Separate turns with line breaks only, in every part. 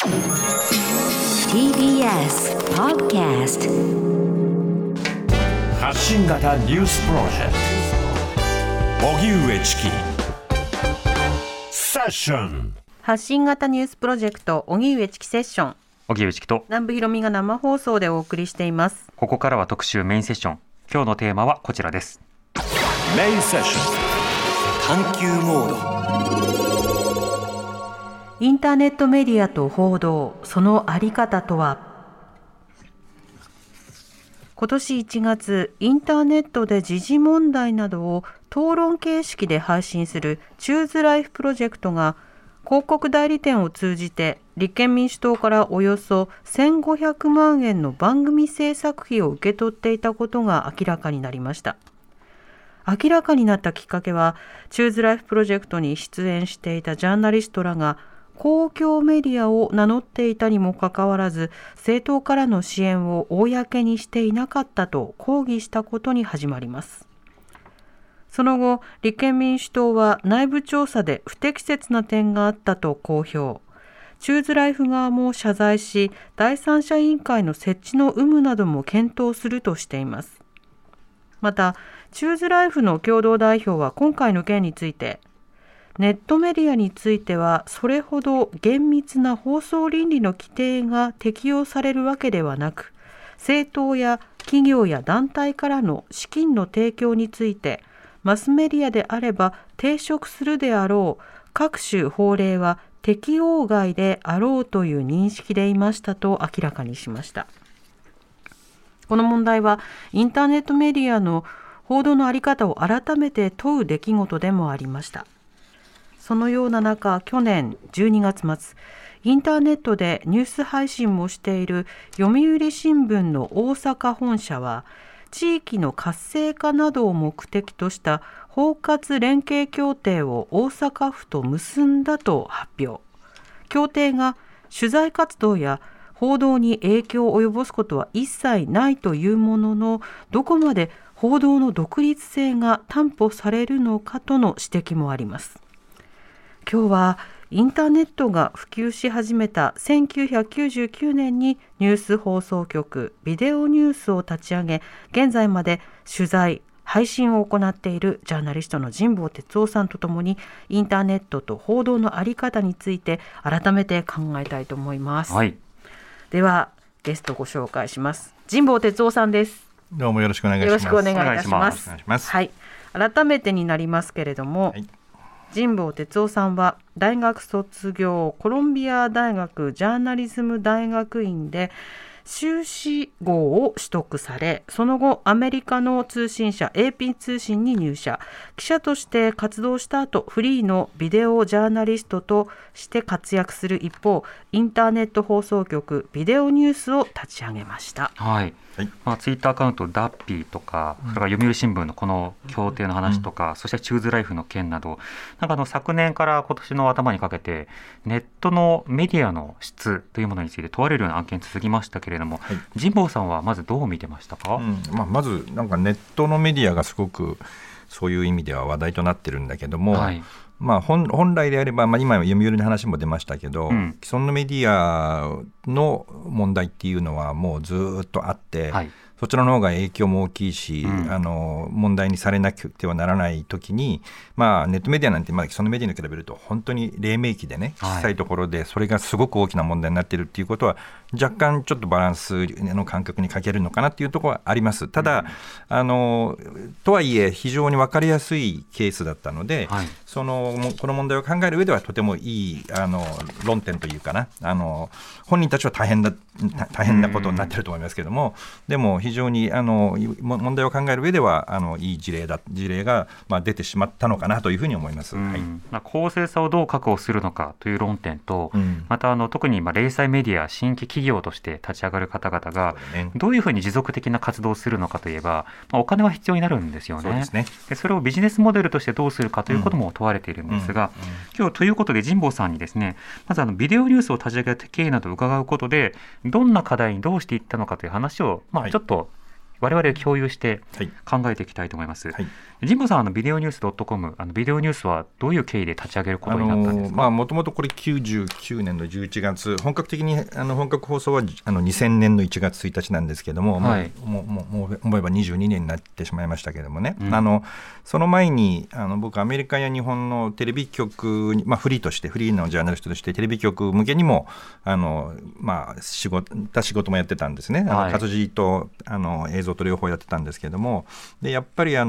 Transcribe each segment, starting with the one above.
TBS Podcast
発信型ニュースプロジェクト荻上チキセッション。
発信型ニュースプロジェクト荻上チキセッション、
荻上チキと
南部ひろみが生放送でお送りしています。
ここからは特集メインセッション。今日のテーマはこちらです。
メインセッション
探求モード。
インターネットメディアと報道、そのあり方とは。今年1月、インターネットで時事問題などを討論形式で配信するチューズライフプロジェクトが広告代理店を通じて立憲民主党からおよそ1500万円の番組制作費を受け取っていたことが明らかになりました。明らかになったきっかけは、チューズライフプロジェクトに出演していたジャーナリストらが公共メディアを名乗っていたにもかかわらず、政党からの支援を公にしていなかったと抗議したことに始まります。その後、立憲民主党は内部調査で不適切な点があったと公表。チューズライフ側も謝罪し、第三者委員会の設置の有無なども検討するとしています。また、チューズライフの共同代表は今回の件について、ネットメディアについてはそれほど厳密な放送倫理の規定が適用されるわけではなく、政党や企業や団体からの資金の提供についてマスメディアであれば抵触するであろう各種法令は適用外であろうという認識でいましたと明らかにしました。この問題はインターネットメディアの報道の在り方を改めて問う出来事でもありました。そのような中、去年12月末、インターネットでニュース配信もしている読売新聞の大阪本社は、地域の活性化などを目的とした包括連携協定を大阪府と結んだと発表。協定が取材活動や報道に影響を及ぼすことは一切ないというものの、どこまで報道の独立性が担保されるのかとの指摘もあります。今日はインターネットが普及し始めた1999年にニュース放送局ビデオニュースを立ち上げ、現在まで取材配信を行っているジャーナリストの神保哲夫さんとともに、インターネットと報道の在り方について改めて考えたいと思います。
はい、
ではゲストをご紹介します。神保哲夫さんです。
どうもよろしくお願いします。
よろしくお願いいたします。
お願いします。
はい、改めてになりますけれども、はい、神保哲夫さんは大学卒業、コロンビア大学ジャーナリズム大学院で修士号を取得され、その後アメリカの通信社 AP 通信に入社、記者として活動した後、フリーのビデオジャーナリストとして活躍する一方、インターネット放送局ビデオニュースを立ち上げました。
はい、ツイッターアカウントダッピーとか、それから読売新聞のこの協定の話とか、そしてチューズライフの件など、なんか昨年から今年の頭にかけてネットのメディアの質というものについて問われるような案件続きましたけれども、神保さんはまずどう見てましたか？
まずなんかネットのメディアがすごくそういう意味では話題となってるんだけども、本来であれば、今読売の話も出ましたけど、既存のメディアの問題っていうのはもうずっとあって、そちらの方が影響も大きいし、問題にされなくてはならないときに、ネットメディアなんて既存のメディアに比べると本当に黎明期でね、小さいところでそれがすごく大きな問題になっているっていうことは、若干ちょっとバランスの感覚に欠けるのかなっていうところはあります。ただ、とはいえ非常に分かりやすいケースだったので、この問題を考える上ではとてもいい論点というかな、本人たちは大変なことになっていると思いますけれども、でも非常に問題を考える上ではいい事例が出てしまったのかなというふうに思います。
公正さをどう確保するのかという論点と、また特に零細メディア新規企業として立ち上がる方々がどういうふうに持続的な活動をするのかといえば、お金は必要になるんですよね。そうですね。でそれをビジネスモデルとしてどうするかということも問われているんですが、今日ということで神保さんにですね、まずビデオニュースを立ち上げた経緯などを伺うことで、どんな課題にどうしていったのかという話をちょっと我々共有して考えていきたいと思います。はい、神保さん、ビデオニュース .com、ビデオニュースはどういう経緯で立ち上げることになったんですか？
もともとこれ99年の11月、本格的に本格放送は2000年の1月1日なんですけども、はい、もう思えば22年になってしまいましたけどもね、その前に僕アメリカや日本のテレビ局に、フリーのジャーナリストとしてテレビ局向けにも仕事もやってたんですね。活字と映像と両方やってたんですけども、でやっぱり徐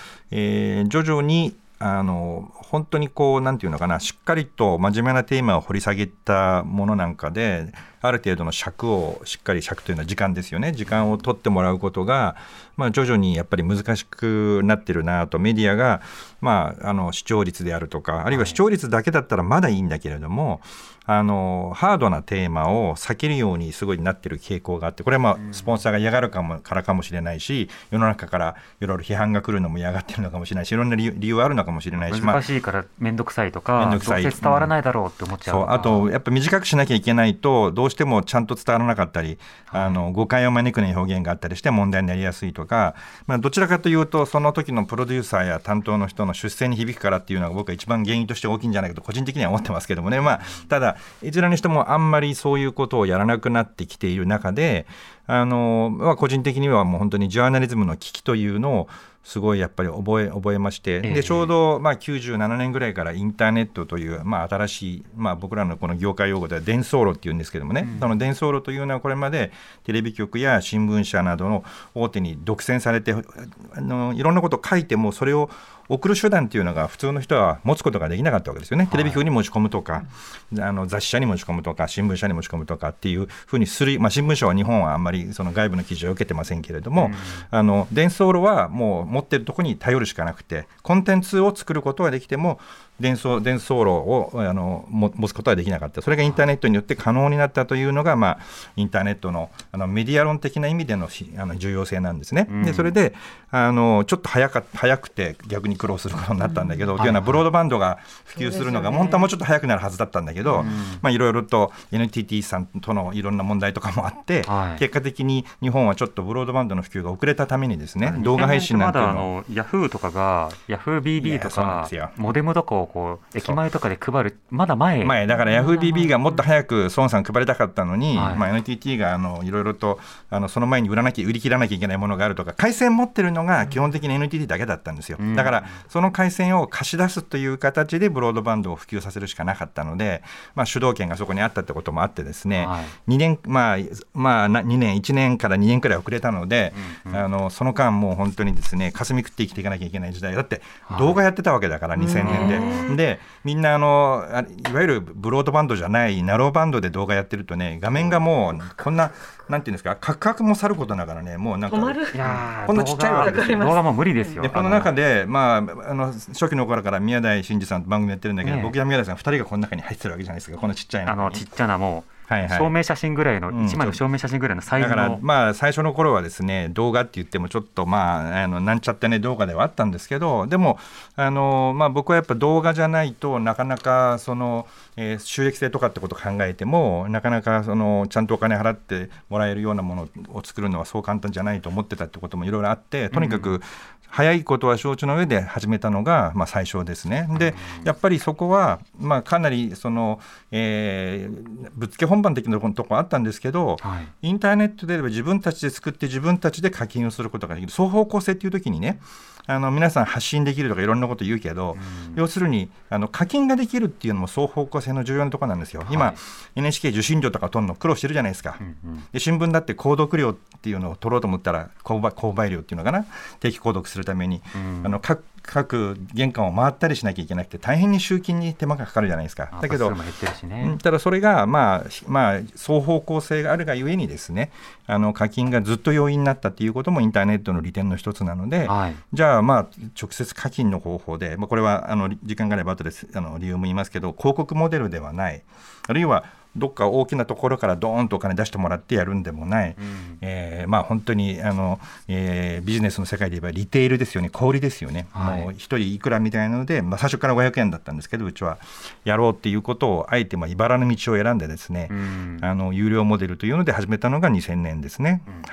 々に本当になんていうのかな、しっかりと真面目なテーマを掘り下げたものなんかである程度の尺というのは時間ですよね。時間を取ってもらうことが、徐々にやっぱり難しくなってるなと。メディアが、視聴率であるとか、あるいは視聴率だけだったらまだいいんだけれども、ハードなテーマを避けるようにすごいなってる傾向があって、これはスポンサーが嫌がるからかもしれないし、世の中からいろいろ批判が来るのも嫌がってるのかもしれないし、いろんな理由はあるのかもしれないし、
難しいから面倒くさいとか、どうせ伝わらないだろうって思っちゃう。
そう、あとやっぱ短くしなきゃいけないとどうしてもちゃんと伝わらなかったり、誤解を招くような表現があったりして問題になりやすいとか、どちらかというとその時のプロデューサーや担当の人の出世に響くからっていうのが僕は一番原因として大きいんじゃないかと個人的には思ってますけどもね。ただいずれにしてもあんまりそういうことをやらなくなってきている中で、個人的にはもう本当にジャーナリズムの危機というのをすごいやっぱり覚えまして、でちょうど97年ぐらいからインターネットという、新しい、僕らのこの業界用語では伝送路っていうんですけどもね、その伝送路というのはこれまでテレビ局や新聞社などの大手に独占されて、いろんなことを書いてもそれを送る手段というのが普通の人は持つことができなかったわけですよね。テレビ局に持ち込むとか、雑誌社に持ち込むとか、新聞社に持ち込むとかっていうふうにする、新聞社は日本はあんまりその外部の記事を受けてませんけれども、伝送路はもう持ってるところに頼るしかなくて、コンテンツを作ることはできても伝送路を持つことはできなかった。それがインターネットによって可能になったというのが、インターネットのメディア論的な意味での重要性なんですね。でそれでちょっと早くて逆に苦労することになったんだけど、というのはブロードバンドが普及するのが本当はもうちょっと早くなるはずだったんだけど、いろいろと NTT さんとのいろんな問題とかもあって、結果的に日本はちょっとブロードバンドの普及が遅れたためにですね、動画配信なんていうの
ヤフーとかがヤフー BB とかモデムとかを駅前とかで配るまだ前
だからヤフー BB がもっと早く孫さん配りたかったのに、NTT がいろいろとその前に売り切らなきゃいけないものがあるとか、回線持ってるのが基本的に NTT だけだったんですよ。だからその回線を貸し出すという形でブロードバンドを普及させるしかなかったので、主導権がそこにあったってこともあってですね、1年から2年くらい遅れたので、その間もう本当にですね、霞食って生きていかなきゃいけない時代だって、動画やってたわけだから2000年でみんないわゆるブロードバンドじゃないナローバンドで動画やってるとね、画面がもうこんななんていうんですか、カクカクもさることながらね、もうなんかこんなちっちゃいわけですよ。
動画も無理ですよ。
でこの中で、初期の頃から宮台真司さんと番組やってるんだけど、僕や宮台さん2人がこの中に入ってるわけじゃないですか。このちっちゃいの
ちっちゃなもう証明写真ぐらいの、1枚の証明写真ぐらいのサイズの、
だから最初の頃はですね、動画って言ってもちょっとなんちゃってね動画ではあったんですけど、でも僕はやっぱ動画じゃないとなかなかその、収益性とかってことを考えてもなかなかそのちゃんとお金払ってもらえるようなものを作るのはそう簡単じゃないと思ってたってこともいろいろあって、とにかく早いことは承知の上で始めたのが最初ですね。でやっぱりそこはかなりその、ぶっつけ本番的なところあったんですけど、インターネットであれば自分たちで作って自分たちで課金をすることができる。双方向性っていう時にね、皆さん発信できるとかいろんなこと言うけど、要するに課金ができるっていうのも双方向性の重要なところなんですよ。今、NHK 受信料とか取るの苦労してるじゃないですか。で新聞だって購読料っていうのを取ろうと思ったら購買料っていうのかな、定期購読するために、各玄関を回ったりしなきゃいけなくて大変に集金に手間がかかるじゃないですか。だけどただそれが双方向性があるがゆえにですね、課金がずっと容易になったっていうこともインターネットの利点の一つなので、じゃあ直接課金の方法で、これは時間があれば後で理由も言いますけど、広告モデルではない、あるいはどっか大きなところからドーンとお金出してもらってやるんでもない、本当にビジネスの世界で言えばリテールですよね、小売りですよね。もう1人いくらみたいなので、最初から500円だったんですけど、うちはやろうっていうことをあえて茨の道を選んでですね、有料モデルというので始めたのが2000年ですね。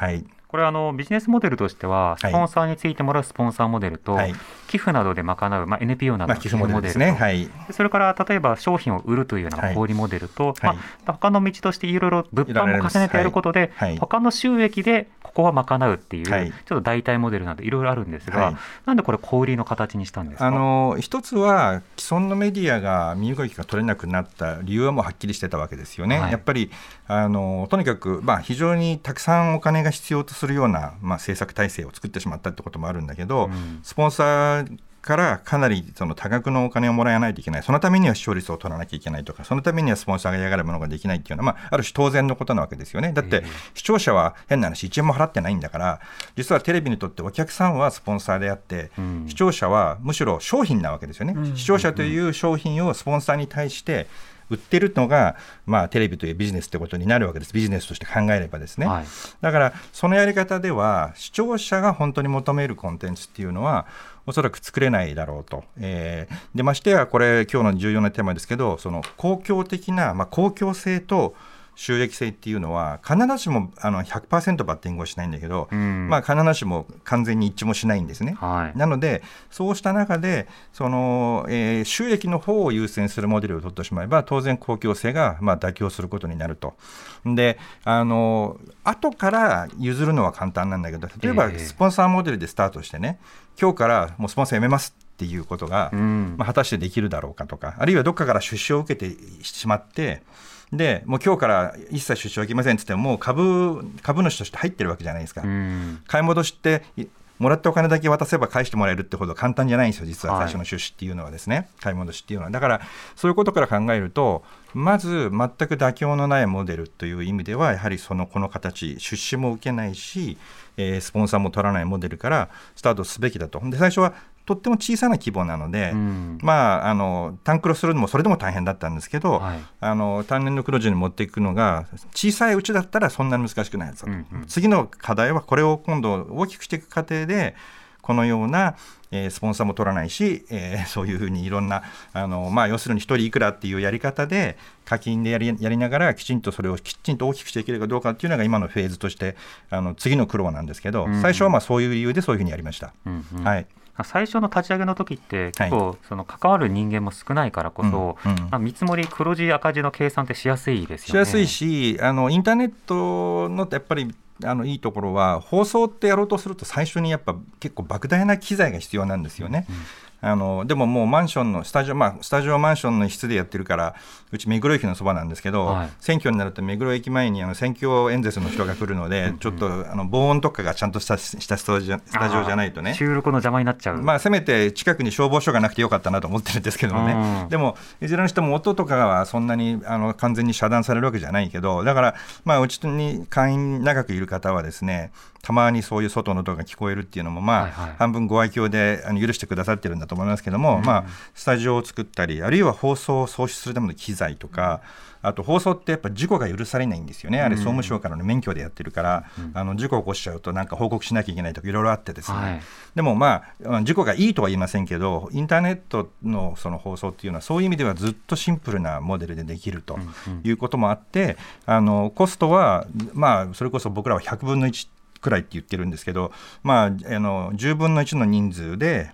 これビジネスモデルとしては、スポンサーについてもらうスポンサーモデルと、寄付などで賄う、NPO などの寄付モデルと、それから例えば商品を売るというような小売モデルと、他の道としていろいろ物販も重ねてやることで、他の収益でここは賄うっていう、ちょっと代替モデルなどいろいろあるんですが、なんでこれ小売りの形にしたんですか？
一つは既存のメディアが身動きが取れなくなった理由はもうはっきりしてたわけですよね。やっぱりとにかく、非常にたくさんお金が必要とするような、制作体制を作ってしまったってこともあるんだけど、スポンサーからかなり多額のお金をもらわないといけない、そのためには視聴率を取らなきゃいけないとか、そのためにはスポンサーが嫌がるものができないっていうのは、ある種当然のことなわけですよね。だって視聴者は変な話1円も払ってないんだから、実はテレビにとってお客さんはスポンサーであって、視聴者はむしろ商品なわけですよね。視聴者という商品をスポンサーに対して売ってるのが、テレビというビジネスということになるわけです。ビジネスとして考えればですね、だからそのやり方では視聴者が本当に求めるコンテンツっていうのはおそらく作れないだろうと、でましてやこれ今日の重要なテーマですけど、その公共的な、公共性と収益性っていうのは必ずしも100% バッティングをしないんだけど、必ずしも完全に一致もしないんですね。なのでそうした中で収益の方を優先するモデルを取ってしまえば、当然公共性が妥協することになると。で後から譲るのは簡単なんだけど、例えばスポンサーモデルでスタートしてね、今日からもうスポンサーやめますっていうことが、果たしてできるだろうかとか、あるいはどっかから出資を受けてしまって、でもう今日から一切出資はできませんって言っても、もう株主として入ってるわけじゃないですか。買い戻しってもらったお金だけ渡せば返してもらえるってほど簡単じゃないんですよ、実は最初の出資っていうのはですね、買い戻しっていうのは。だからそういうことから考えると、まず全く妥協のないモデルという意味では、やはりこの形、出資も受けないし、スポンサーも取らないモデルからスタートすべきだと。で最初はとっても小さな規模なので、単クロするのもそれでも大変だったんですけど、単年の黒字に持っていくのが小さいうちだったらそんなに難しくないです、次の課題はこれを今度大きくしていく過程で、このようなスポンサーも取らないし、そういうふうにいろんな要するに1人いくらっていうやり方で課金でやりながらきちんとそれをきちんと大きくしていけるかどうかっていうのが今のフェーズとして次の苦労なんですけど、最初はそういう理由でそういうふうにやりました。
最初の立ち上げの時って結構関わる人間も少ないからこそ、見積もり黒字赤字の計算ってしやすいですよね。
しやすいし、インターネットのやっぱりいいところは、放送ってやろうとすると最初にやっぱ結構莫大な機材が必要なんですよね。でももうマンションのスタジオマンションの一室でやってるから、うち目黒駅のそばなんですけど、選挙になると目黒駅前に選挙演説の人が来るので、ちょっと防音とかがちゃんとしたスタジオじゃないとね、
収録の邪魔になっちゃう。
せめて近くに消防署がなくてよかったなと思ってるんですけどもね、でもいずれにしても音とかはそんなに完全に遮断されるわけじゃないけど、だからうちに会員長くいる方はですね、たまにそういう外の音が聞こえるっていうのも半分ご愛嬌で許してくださってるんだと思いますけども、スタジオを作ったり、あるいは放送を送出するための機材とか、あと放送ってやっぱ事故が許されないんですよね。あれ総務省からの免許でやってるから、事故を起こしちゃうとなんか報告しなきゃいけないとかいろいろあってですね、でも事故がいいとは言いませんけど、インターネットのその放送っていうのはそういう意味ではずっとシンプルなモデルでできるということもあって、コストはそれこそ僕らは100分の1くらいって言ってるんですけど、10分の1の人数で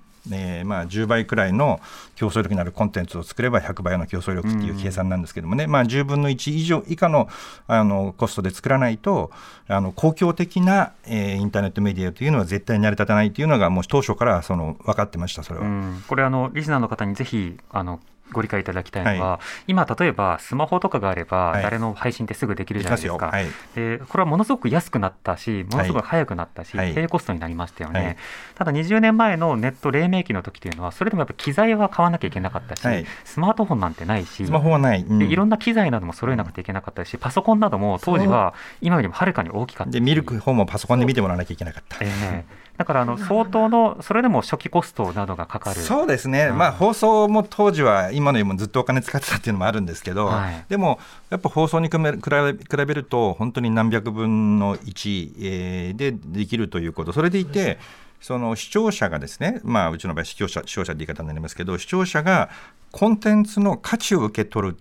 10倍くらいの競争力になるコンテンツを作れば100倍の競争力っていう計算なんですけどもね、10分の1以下のコストで作らないと公共的なインターネットメディアというのは絶対に成り立たないというのがもう当初から分かってました。それは
これリスナーの方にぜひご理解いただきたいのは、今例えばスマホとかがあれば誰の配信ってすぐできるじゃないですか。でこれはものすごく安くなったし、ものすごく早くなったし、低コストになりましたよね。ただ20年前のネット黎明期の時というのは、それでもやっぱ機材は買わなきゃいけなかったし、スマートフォンなんてないし、
スマホはない、
でいろんな機材なども揃えなくていけなかったし、パソコンなども当時は今よりもはるかに大きかったし、
で見る方もパソコンで見てもらわなきゃいけなかった。
だから相当のそれでも初期コストなどがかかる。
そうですね、放送も当時は今のよりもずっとお金使ってたっていうのもあるんですけど、でもやっぱ放送に比べると本当に何百分の1でできるということ、それでいてその視聴者がですね、うちの場合視聴者って言い方になりますけど、視聴者がコンテンツの価値を受け取るっ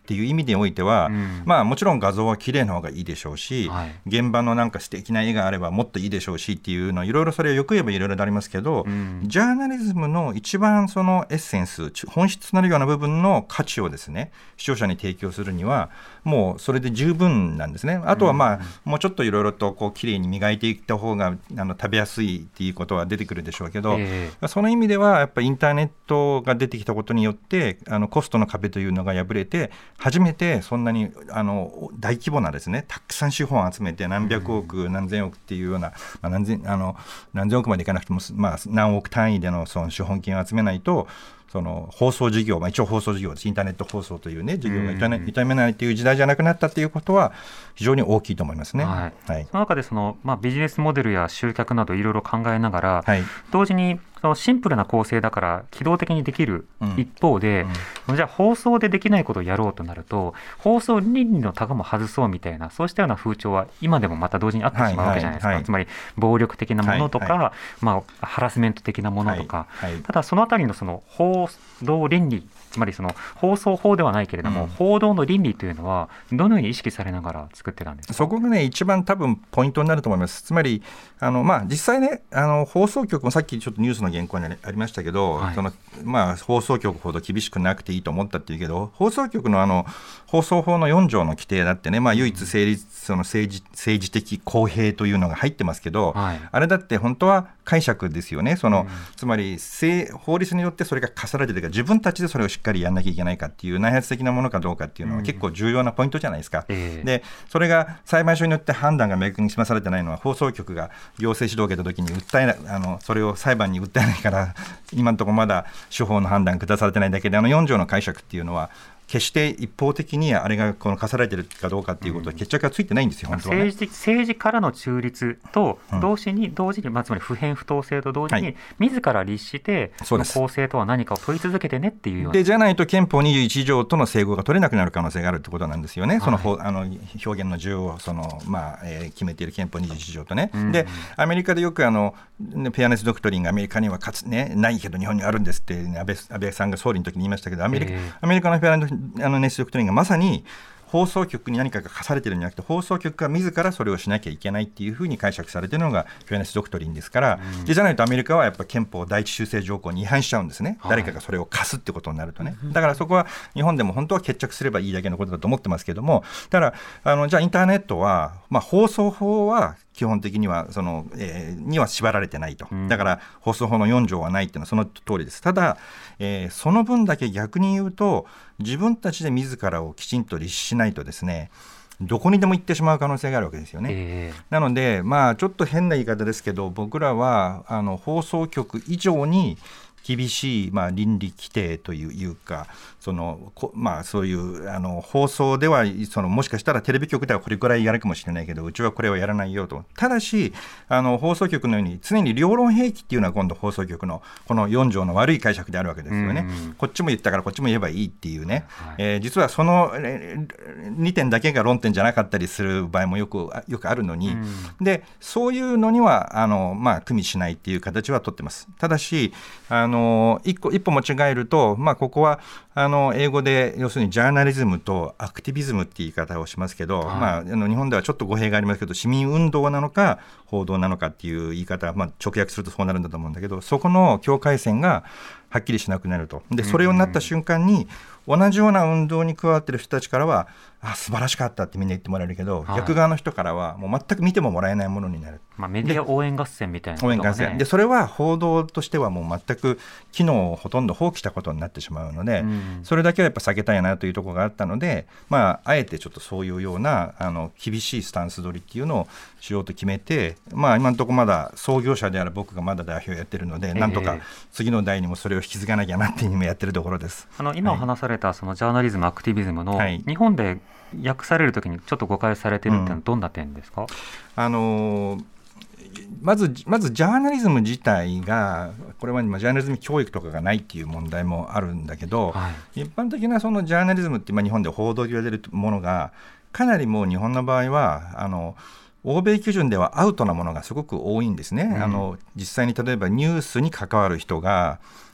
っていう意味においては、まあ、もちろん画像は綺麗な方がいいでしょうし、現場のなんか素敵な絵があればもっといいでしょうしっていうのいろいろそれをよく言えばいろいろありますけど、ジャーナリズムの一番そのエッセンス、本質となるような部分の価値をですね、視聴者に提供するにはもうそれで十分なんですね。あとはまあもうちょっといろいろとこう綺麗に磨いていった方が食べやすいっていうことは出てくるでしょうけど、その意味ではやっぱりインターネットが出てきたことによってコストの壁というのが破れて、初めてそんなに大規模なですね、たくさん資本を集めて何百億、何千億っていうような、何千億までいかなくても、まあ、何億単位でのその資本金を集めないと、その放送事業、一応放送事業です、インターネット放送というね事業が痛めないという時代じゃなくなったということは非常に大きいと思いますね。
その中でビジネスモデルや集客などいろいろ考えながら、同時にそのシンプルな構成だから機動的にできる一方で、じゃあ放送でできないことをやろうとなると放送倫理のタガも外そうみたいな、そうしたような風潮は今でもまた同時にあってしまうわけじゃないですか。つまり暴力的なものとか、ハラスメント的なものとか、ただそのあたりのその報道倫理、つまりその放送法ではないけれども、報道の倫理というのはどのように意識されながら作ってたんですか。
そこがね一番多分ポイントになると思います。つまり実際ね放送局もさっきちょっとニュースの原稿にありましたけど、放送局ほど厳しくなくていいと思ったっていうけど、放送局の放送法の4条の規定だってね、唯一その政治的公平というのが入ってますけど、あれだって本当は解釈ですよね。つまり法律によってそれが課されているから、自分たちでそれをしっかりやんなきゃいけないかっていう内発的なものかどうかっていうのは結構重要なポイントじゃないですか。でそれが裁判所によって判断が明確に示されてないのは、放送局が行政指導を受けたときにそれを裁判に訴えないから今のところまだ司法の判断が下されてないだけで、4条の解釈っていうのは決して一方的にあれが課されているかどうかっていうことは決着がついてないんですよ、本当はね。
政治からの中立と同時に、つまり不偏不当性と同時に、自ら律してその公正とは何かを問い続けてねっていうような
で、じゃないと憲法21条との整合が取れなくなる可能性があるってことなんですよね。その表現の自由を決めている憲法21条とね、でアメリカでよくフェアネスドクトリンがアメリカにはないけど日本にはあるんですって、安倍さんが総理の時に言いましたけど、アメリカのフェアネスドクトリンがまさに放送局に何かが課されているんじゃなくて、放送局が自らそれをしなきゃいけないっていうふうに解釈されているのがフェアネスドクトリンですから、じゃないとアメリカはやっぱ憲法第一修正条項に違反しちゃうんですね、誰かがそれを課すってことになるとね。だからそこは日本でも本当は決着すればいいだけのことだと思ってますけども、ただじゃあインターネットは、放送法は基本的にはには縛られてないと。だから放送法の4条はないっていうのはその通りです。ただ、その分だけ逆に言うと、自分たちで自らをきちんと律しないとですね、どこにでも行ってしまう可能性があるわけですよね。なのでちょっと変な言い方ですけど、僕らは放送局以上に厳しい倫理規定というか、そういう放送ではもしかしたらテレビ局ではこれくらいやるかもしれないけど、うちはこれをやらないよと。ただし放送局のように常に両論併記っていうのは今度放送局のこの4条の悪い解釈であるわけですよね。こっちも言ったからこっちも言えばいいっていうね、実はその2点だけが論点じゃなかったりする場合もよくあるのに、でそういうのには組みしないっていう形は取ってます。ただし一歩間違えると、ここは英語で要するにジャーナリズムとアクティビズムって言い方をしますけど、日本ではちょっと語弊がありますけど、市民運動なのか報道なのかっていう言い方、直訳するとそうなるんだと思うんだけど、そこの境界線がはっきりしなくなると。でそれをなった瞬間に同じような運動に加わっている人たちからは素晴らしかったってみんな言ってもらえるけど、逆側の人からはもう全く見てももらえないものになる。
メディア応援合戦みたいなこと
が、ね、でそれは報道としてはもう全く機能をほとんど放棄したことになってしまうので、それだけはやっぱ避けたいなというところがあったので、あえてちょっとそういうような厳しいスタンス取りっていうのをしようと決めて、今のところまだ創業者である僕がまだ代表やってるので、なんとか次の代にもそれを引き継がなきゃなっていうのもやってるところです。
今お話されたそのジャーナリズムアクティビズムの日本で訳されるときにちょっと誤解されているっていうのはどんな点ですか？
まずジャーナリズム自体が、これはジャーナリズム教育とかがないっていう問題もあるんだけど、一般的なそのジャーナリズムって日本で報道と言われるものがかなりもう日本の場合は欧米基準ではアウトなものがすごく多いんですね。実際に例えばニュースに関わる人が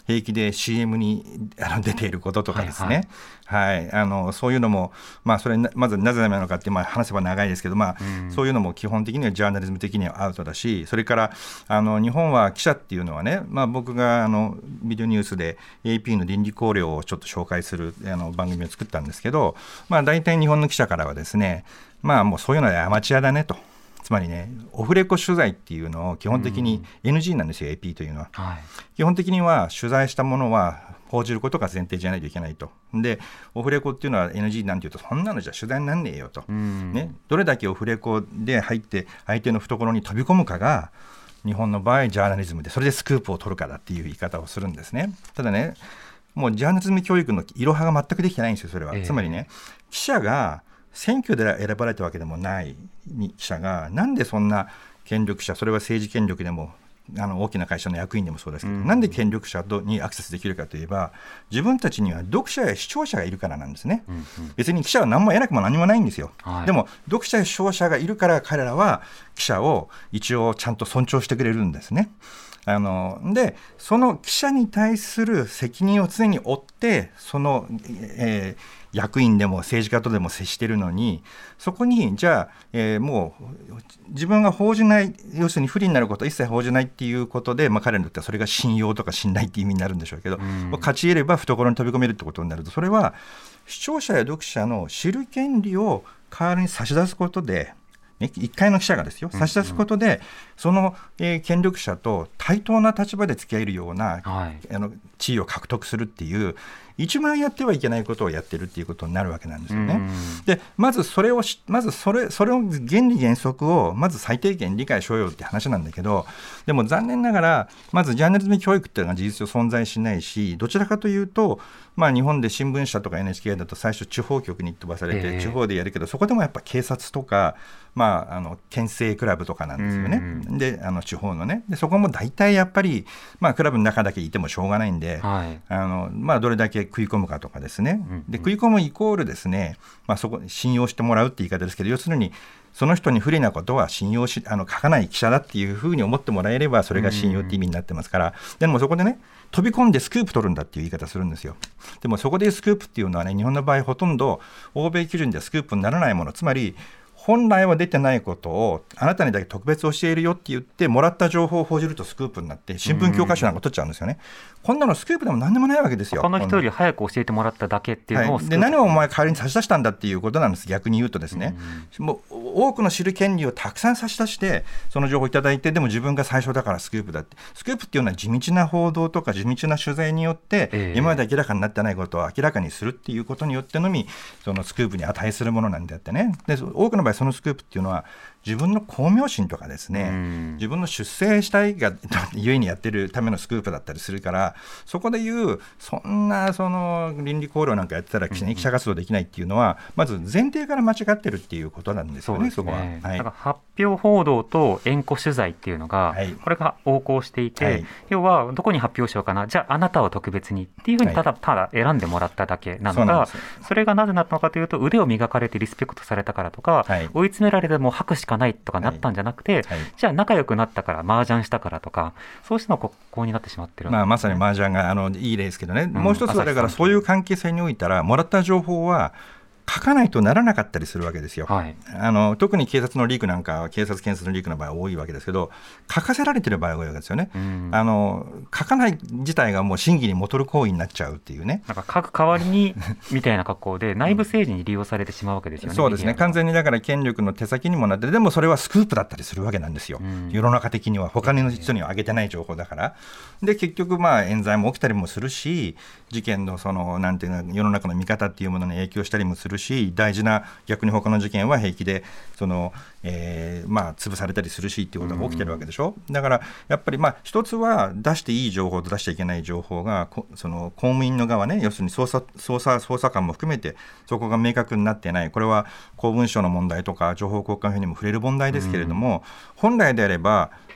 平気で CM に出ていることとかですね、そういうのも、それまずなぜダメなのかって話せば長いですけど、そういうのも基本的にはジャーナリズム的にはアウトだし、それから日本は記者っていうのはね、僕がビデオニュースで AP の倫理綱領をちょっと紹介する番組を作ったんですけど、大体日本の記者からはですね、もうそういうのはアマチュアだねと。つまりね、オフレコ取材っていうのを基本的に NG なんですよ、AP というのは、基本的には取材したものは報じることが前提じゃないといけないと。でオフレコっていうのは NG なんていうと、そんなのじゃ取材になんねえよと、どれだけオフレコで入って相手の懐に飛び込むかが日本の場合ジャーナリズムで、それでスクープを取るかだっていう言い方をするんですね。ただね、もうジャーナリズム教育のいろはが全くできてないんですよ、それは。つまりね、記者が選挙で選ばれたわけでもない記者が、なんでそんな権力者、それは政治権力でも大きな会社の役員でもそうですけど、なんで権力者にアクセスできるかといえば、自分たちには読者や視聴者がいるからなんですね。別に記者は何も得なくも何もないんですよ、でも読者や視聴者がいるから彼らは記者を一応ちゃんと尊重してくれるんですね。でその記者に対する責任を常に負ってその、役員でも政治家とでも接しているのに、そこにじゃあ、もう自分が報じない、要するに不利になることを一切報じないっていうことで、彼にとってはそれが信用とか信頼っていう意味になるんでしょうけど、勝ち得れば懐に飛び込めるってことになると、それは視聴者や読者の知る権利を代わりに差し出すことで、一回の記者がですよ、差し出すことで、その、権力者と対等な立場で付き合えるような、地位を獲得するっていう、一番やってはいけないことをやってるっていうことになるわけなんですよね。でまずそれを原理原則をまず最低限理解しようよって話なんだけど、でも残念ながらまずジャーナリズム教育っていうのは事実上存在しないし、どちらかというと、日本で新聞社とか NHK だと最初地方局に飛ばされて地方でやるけど、そこでもやっぱ警察とか、県政クラブとかなんですよね。で地方のね、でそこも大体やっぱり、クラブの中だけいてもしょうがないんで、どれだけ食い込むかとかですね、で食い込むイコールですね、そこ信用してもらうって言い方ですけど、要するにその人に不利なことは信用書かない記者だっていうふうに思ってもらえれば、それが信用って意味になってますから。でもそこでね、飛び込んでスクープ取るんだっていう言い方するんですよ。でもそこでスクープっていうのはね、日本の場合ほとんど欧米基準ではスクープにならないもの、つまり本来は出てないことをあなたにだけ特別教えるよって言ってもらった情報を報じるとスクープになって新聞教科書なんか取っちゃうんですよね。こんなのスクープでも何でもないわけですよ。
他の人より早く教えてもらっただけっていうのを、
で何をお前代わりに差し出したんだっていうことなんです。逆に言うとですね、もう多くの知る権利をたくさん差し出してその情報をいただいて、でも自分が最初だからスクープだって。スクープっていうのは地道な報道とか地道な取材によって、今まで明らかになってないことを明らかにするっていうことによってのみ、そのスクープに値するものなんであってね。で多くの場合そのスクープっていうのは自分の功名心とかですね、自分の出世したいがゆえにやってるためのスクープだったりするから、そこでいうそんなその倫理綱領なんかやってたら記者活動できないっていうのは、まず前提から間違ってるっていうことなんですよね。そこは、
だから発表報道と縁故取材っていうのが、これが横行していて、要はどこに発表しようかな、じゃああなたは特別にっていうふうにただ選んでもらっただけなのが、それがなぜなのかというと、腕を磨かれてリスペクトされたからとか、追い詰められても吐くしかないとかなったんじゃなくて、じゃあ仲良くなったから麻雀したからとか、そうしたの国交になってしまってる、
まさに麻雀がいい例ですけどね、もう一つはだからそういう関係性においたらもらった情報は書かないとならなかったりするわけですよ。特に警察のリークなんかは警察検察のリークの場合は多いわけですけど、書かせられてる場合が多いわけですよね。書かない自体がもう審議に戻る行為になっちゃうっていうね、
なんか書く代わりにみたいな格好で内部政治に利用されてしまうわけですよね。
そうですね、完全にだから権力の手先にもなって、でもそれはスクープだったりするわけなんですよ。世の中的には他の人には上げてない情報だから。で結局冤罪も起きたりもするし、事件のそのなんていうの世の中の見方っていうものに影響したりもするし、大事な逆に他の事件は平気でその、潰されたりするしっていうことが起きてるわけでしょ。だからやっぱり一つは出していい情報と出しちゃいけない情報がその公務員の側ね、要するに捜査官も含めてそこが明確になってない。これは公文書の問題とか情報交換法にも触れる問題ですけれども、本来であれば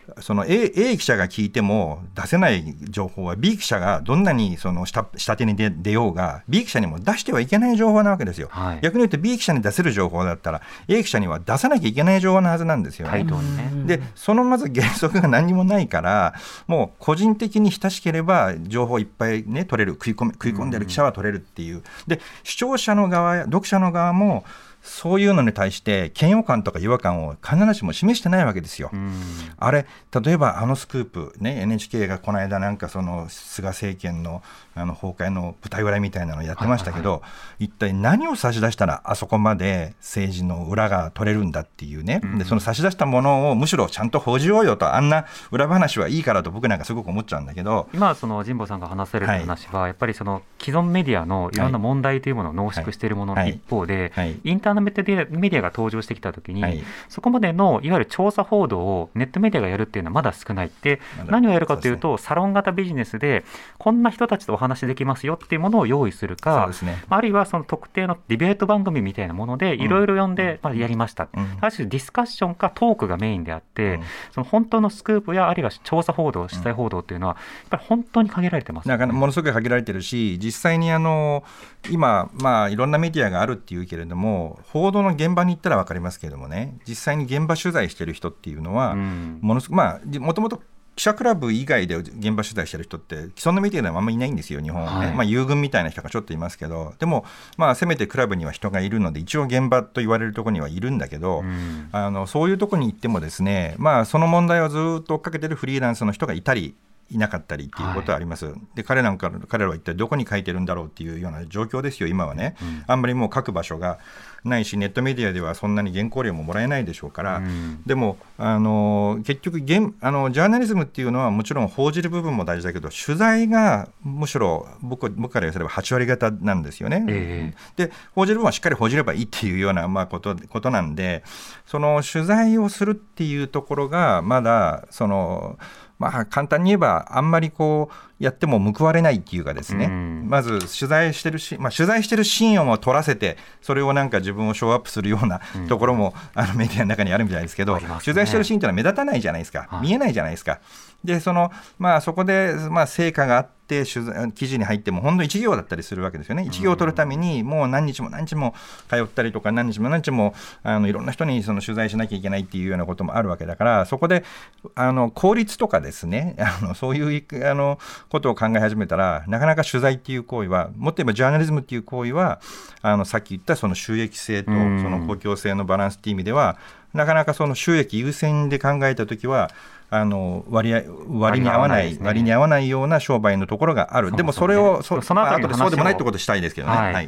その A 記者が聞いても出せない情報は B 記者がどんなにその下手に出ようが B 記者にも出してはいけない情報なわけですよ、はい、逆に言うと B 記者に出せる情報だったら A 記者には出さなきゃいけない情報なはずなんですよね。でそのまず原則が何にもないからもう個人的に親しければ情報いっぱい、ね、取れる食い込んでる記者は取れるっていうで視聴者の側や読者の側もそういうのに対して嫌悪感とか違和感を必ずしも示してないわけですよ。あれ例えばスクープ、ね、NHK がこの間なんかその菅政権の崩壊の舞台裏みたいなのをやってましたけど、一体何を差し出したらあそこまで政治の裏が取れるんだっていうね、でその差し出したものをむしろちゃんと報じようよと、あんな裏話はいいからと僕なんかすごく思っちゃうんだけど、
今その神保さんが話された話は、やっぱりその既存メディアのいろんな問題というものを濃縮しているものの一方で、インターネットメディアが登場してきたときに、そこまでのいわゆる調査報道をネットメディアがやるっていうのはまだ少ないって、何をやるかというとサロン型ビジネスでこんな人たちとお話できますよっていうものを用意するか、あるいはその特定のディベート番組みたいなものでいろいろ読んでやりました、ある種ディスカッションかトークがメインであって、その本当のスクープやあるいは調査報道、取材報道っていうのはやっぱり本当に限られてます、ね、
ものすごく限られてるし、実際に今、いろんなメディアがあるっていうけれども、報道の現場に行ったら分かりますけれどもね、実際に現場取材してる人っていうのは、もともと記者クラブ以外で現場取材してる人って既存のメディアではあんまりいないんですよ、日本はね、友軍みたいな人がちょっといますけど、でもせめてクラブには人がいるので一応現場と言われるところにはいるんだけど、そういうところに行ってもですね、その問題をずっと追っかけてるフリーランスの人がいたりいなかったりっていうことはあります、で彼らは一体どこに書いてるんだろうっていうような状況ですよ今はね、あんまりもう書く場所がないし、ネットメディアではそんなに原稿料ももらえないでしょうから、でも結局ジャーナリズムっていうのはもちろん報じる部分も大事だけど、取材がむしろ僕から言わせれば8割方なんですよね、で報じる部分はしっかり報じればいいっていうようなことなんで、その取材をするっていうところがまだ簡単に言えばあんまりやっても報われないっていうかですね、まず取材してるシーンを撮らせてそれをなんか自分をショーアップするようなところも、メディアの中にあるみたいですけど、取材してるシーンってのは目立たないじゃないですか、見えないじゃないですか。でそこで成果があって記事に入ってもほんの1行だったりするわけですよね。1行を取るためにもう何日も通ったりとか、何日もいろんな人に取材しなきゃいけないっていうようなこともあるわけだから、そこで効率とかですね、そういうことを考え始めたら、なかなか取材っていう行為は、もっと言えばジャーナリズムっていう行為はさっき言ったその収益性とその公共性のバランスっていう意味では、なかなかその収益優先で考えたときは割に合わないような商売のところがある。でもそれをその後でそうでもないってことしたいですけどね。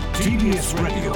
TBS ラジオ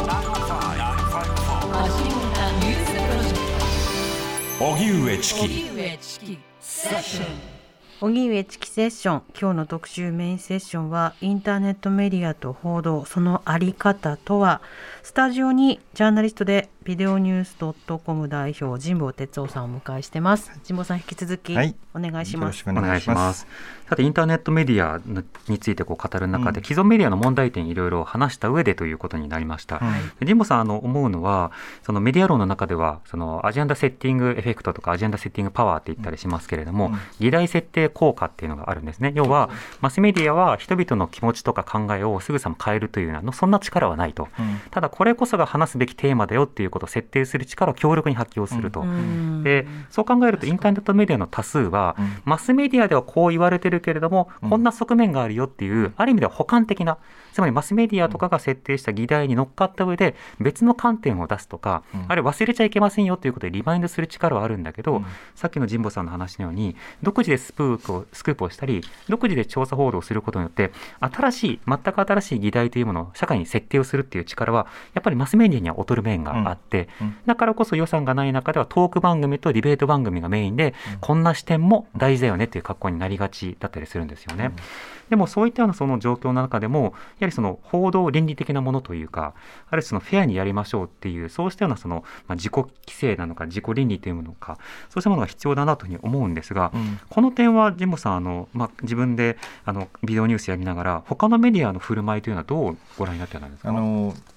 荻上チキ
荻上チキセッション、今日の特集メインセッションはインターネットメディアと報道、そのあり方とは。スタジオにジャーナリストでビデオニュース .com 代表神保哲夫さんをお迎えしてます。神保さん引き続きお願いします。
よろしくお願いします。
さてインターネットメディアについて語る中で、既存メディアの問題点いろいろ話した上でということになりました。神保さん思うのは、そのメディア論の中ではそのアジェンダセッティングエフェクトとかアジェンダセッティングパワーって言ったりしますけれども、議題設定効果っていうのがあるんですね。要はマスメディアは人々の気持ちとか考えをすぐさま変えるというようなそんな力はないと、ただこれこそが話すべきテーマだよっていうことを設定する力を強力に発揮をすると、でそう考えるとインターネットメディアの多数は、マスメディアではこう言われてるけれども、こんな側面があるよっていう、ある意味では補完的な、つまりマスメディアとかが設定した議題に乗っかった上で別の観点を出すとか、あれ忘れちゃいけませんよということでリマインドする力はあるんだけど、さっきの神保さんの話のように独自でスクープをしたり独自で調査報道をすることによって全く新しい議題というものを社会に設定をするっていう力はやっぱりマスメディアには劣る面があって、だからこそ予算がない中ではトーク番組とディベート番組がメインで、こんな視点も大事だよねっていう格好になりがちだったりするんですよね。でもそういったようなその状況の中でも、やはりその報道倫理的なものというか、あるいはそのフェアにやりましょうっていう、そうしたようなその自己規制なのか自己倫理というものか、そうしたものが必要だなというふうに思うんですが、この点は神保さん自分でビデオニュースやりながら他のメディアの振る舞いというのはどうご覧になってたんですか？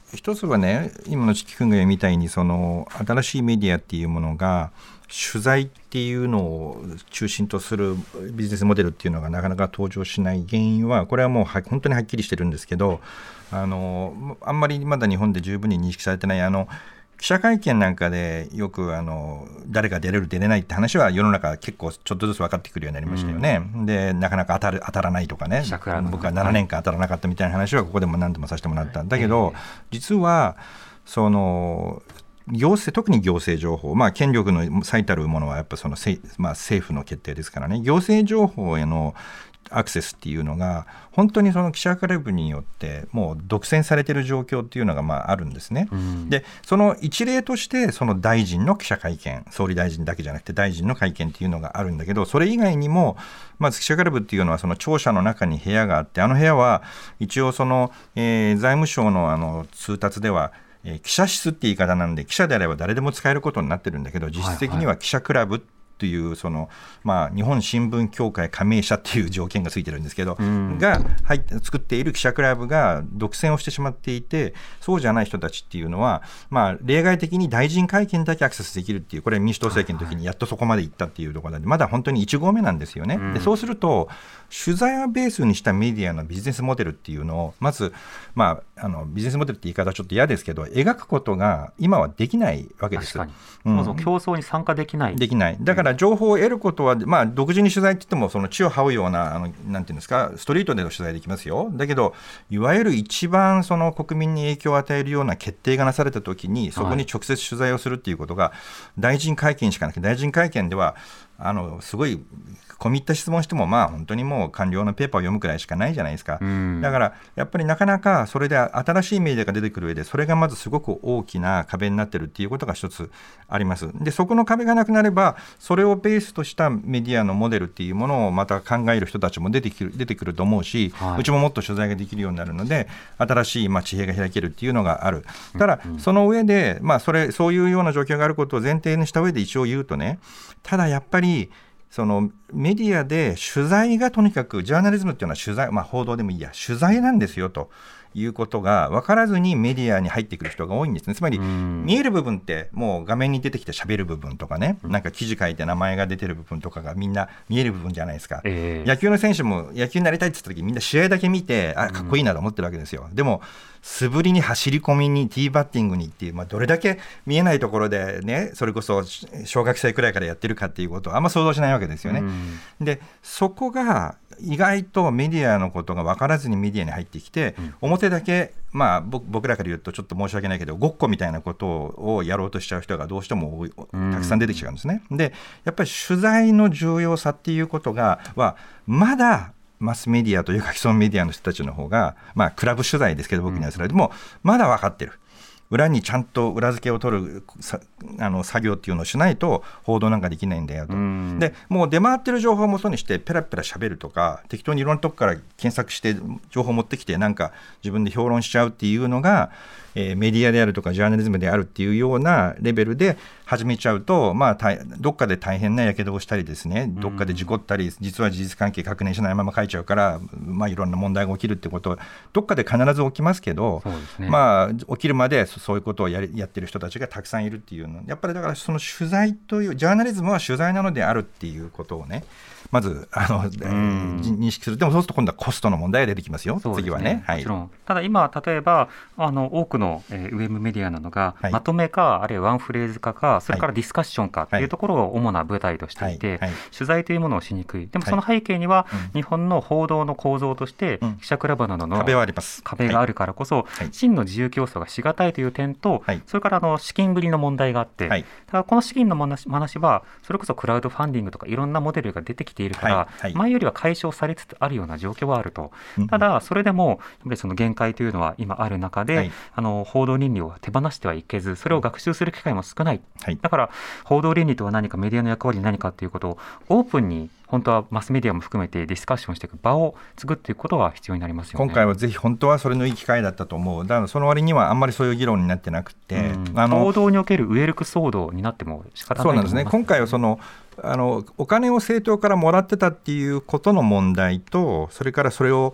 一つはね、今の木君が言うみたいにその新しいメディアっていうものが取材っていうのを中心とするビジネスモデルっていうのがなかなか登場しない原因は、これはもう本当にはっきりしてるんですけど、あんまりまだ日本で十分に認識されてない記者会見なんかでよく誰が出れる出れないって話は世の中結構ちょっとずつ分かってくるようになりましたよね。でなかなか当たらないとかね、僕は7年間当たらなかったみたいな話はここでも何度もさせてもらったんだけど、実はその特に行政情報、権力の最たるものはやっぱその政府の決定ですからね、行政情報へのアクセスっていうのが本当にその記者クラブによってもう独占されている状況っていうのがあるんですね。でその一例としてその大臣の記者会見、総理大臣だけじゃなくて大臣の会見っていうのがあるんだけど、それ以外にもまず記者クラブっていうのはその庁舎の中に部屋があって、部屋は一応その、財務省の通達では記者室って言い方なんで、記者であれば誰でも使えることになってるんだけど、実質的には記者クラブというその、日本新聞協会加盟者っていう条件がついてるんですけど、が作っている記者クラブが独占をしてしまっていて、そうじゃない人たちっていうのは、例外的に大臣会見だけアクセスできるっていう、これ民主党政権の時にやっとそこまで行ったっていうところで、まだ本当に1号目なんですよね。でそうすると取材をベースにしたメディアのビジネスモデルっていうのをまず、ビジネスモデルって言い方はちょっと嫌ですけど、描くことが今はできないわけです。
確かに、競争に参加できない。
だから情報を得ることは、独自に取材って言ってもその地を這うようななんていうんですか、ストリートでの取材できますよ。だけどいわゆる一番その国民に影響を与えるような決定がなされたときに、そこに直接取材をするっていうことが大臣会見しかなくて、大臣会見ではすごい込み入った質問しても本当にもう官僚のペーパーを読むくらいしかないじゃないですか。だからやっぱりなかなかそれで新しいメディアが出てくる上で、それがまずすごく大きな壁になってるっていうことが一つあります。でそこの壁がなくなれば、それをベースとしたメディアのモデルっていうものをまた考える人たちも出てくると思うし、うちももっと取材ができるようになるので、新しい地平が開けるっていうのがある。ただその上で、そういうような状況があることを前提にした上で一応言うとね、ただやっぱりそのメディアで取材がとにかく、ジャーナリズムっていうのは取材、報道でもいいや、取材なんですよということが分からずにメディアに入ってくる人が多いんですね。つまり見える部分ってもう画面に出てきて喋る部分とかね、なんか記事書いて名前が出てる部分とかがみんな見える部分じゃないですか。野球の選手も野球になりたいって言った時、みんな試合だけ見てかっこいいなと思ってるわけですよ。でも素振りに走り込みにティーバッティングにっていう、どれだけ見えないところでね、それこそ小学生くらいからやってるかっていうことをあんま想像しないわけですよね。でそこが意外とメディアのことが分からずにメディアに入ってきて、表だけ僕らから言うとちょっと申し訳ないけど、ごっこみたいなことをやろうとしちゃう人がどうしてもたくさん出てきちゃうんですね。でやっぱり取材の重要さっていうことはまだマスメディアというか既存メディアの人たちの方が、クラブ取材ですけど僕にはそれでもまだ分かってる。裏にちゃんと裏付けを取る作業っていうのをしないと報道なんかできないんだよと。でもう出回ってる情報をもとにしてペラペラ喋るとか、適当にいろんなとこから検索して情報を持ってきてなんか自分で評論しちゃうっていうのが、メディアであるとかジャーナリズムであるっていうようなレベルで始めちゃうと、どっかで大変なやけどをしたりですね、どっかで事故ったり、実は事実関係確認しないまま書いちゃうから、いろんな問題が起きるってことはどっかで必ず起きますけど、起きるまでそういうことをやってる人たちがたくさんいるっていうの、やっぱりだからその取材というジャーナリズムは取材なのであるっていうことをね、まず認識する。でもそうすると今度はコストの問題が出てきますよ。次はね、
もちろん。ただ今例えば多くのウェブメディアなどがまとめか、あるいはワンフレーズ化か、それからディスカッションかっていうところを主な舞台としていて、取材というものをしにくい。でもその背景には日本の報道の構造として記者クラブなどの壁があるからこそ、真の自由競争がしがたいという点と、それから資金繰りの問題があって、だからこの資金の話はそれこそクラウドファンディングとかいろんなモデルが出てきているから、前よりは解消されつつあるような状況はあると。ただそれでもやっぱりその限界というのは今ある中で、報道倫理を手放してはいけず、それを学習する機会も少ない。だから報道倫理とは何か、メディアの役割は何かということをオープンに、本当はマスメディアも含めてディスカッションしていく場を作っていくことが必要になりますよね。
今回はぜひ本当はそれのいい機会だったと思う。だからその割にはあんまりそういう議論になってなくて、
報道におけるウェルク騒動になっても仕方ないと思います。そうなんですね。
今回はそのお金を政党からもらってたっていうことの問題と、それからそれを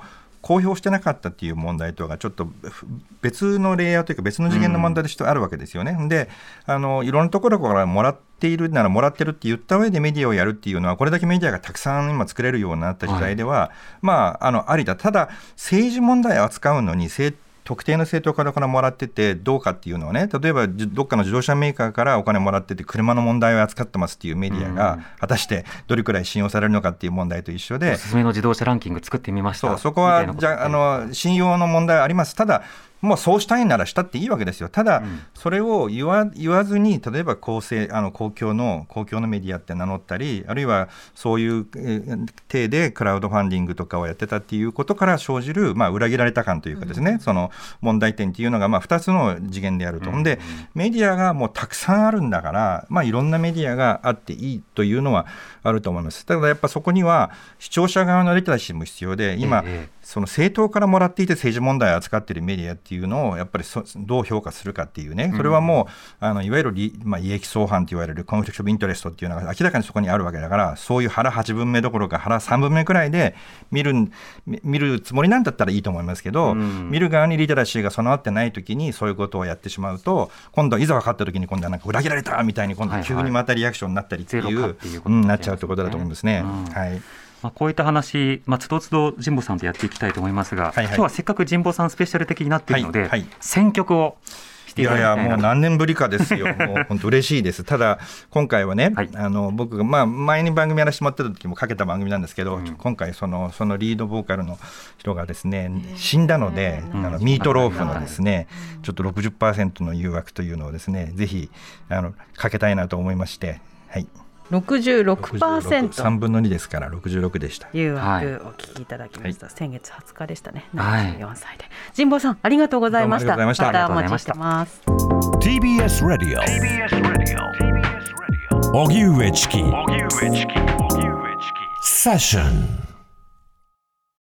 公表してなかったっていう問題とはちょっと別のレイヤーというか別の次元の問題としてあるわけですよね。でいろんなところからもらっているならもらってるって言った上でメディアをやるっていうのはこれだけメディアがたくさん今作れるようになった時代では、ありだ。ただ政治問題を扱うのに特定の政党からもらっててどうかっていうのはね、例えばどっかの自動車メーカーからお金もらってて車の問題を扱ってますっていうメディアが果たしてどれくらい信用されるのかっていう問題と一緒で、
おすすめの自動車ランキング作ってみました。
そこは信用の問題はあります。ただもうそうしたいならしたっていいわけですよ。ただ、それを言わずに例えば公共のメディアって名乗ったり、あるいはそういう体でクラウドファンディングとかをやってたっていうことから生じる、裏切られた感というかですね、その問題点っていうのが2つの次元であると。でメディアがもうたくさんあるんだから、いろんなメディアがあっていいというのはあると思います。ただやっぱそこには視聴者側のリテラシーも必要で、今、その政党からもらっていて政治問題を扱っているメディアっていうのをやっぱりどう評価するかっていうね、それはもういわゆる利益相反と言われるコンフリクト・オブ・イントレストっていうのが明らかにそこにあるわけだから、そういう腹8分目どころか腹3分目くらいで見るつもりなんだったらいいと思いますけど、見る側にリテラシーが備わってない時にそういうことをやってしまうと、今度はいざ分かった時に今度はなんか裏切られたみたいに今度急にまたリアクションになったりっていうなっちゃうということだと思うんですね。
こういった話、つどつど神保さんとやっていきたいと思いますが、今日はせっかく神保さんスペシャル的になっているので、選曲をしていただきたいなと。
いやもう何年ぶりかですよ。もう本当嬉しいです。ただ今回はね、僕が前に番組やらせてもらってた時もかけた番組なんですけど、今回そのリードボーカルの人がですね死んだので、ミートローフのですねちょっと 60% の誘惑というのをですねぜひかけたいなと思いまして、
66%、
3分の2ですから66でした。
誘惑お聞きいただきました。先月20日でしたね。74歳で。神保さんありがとうございました。またお待ちしてます。
TBS ラディオ荻上チキセッション。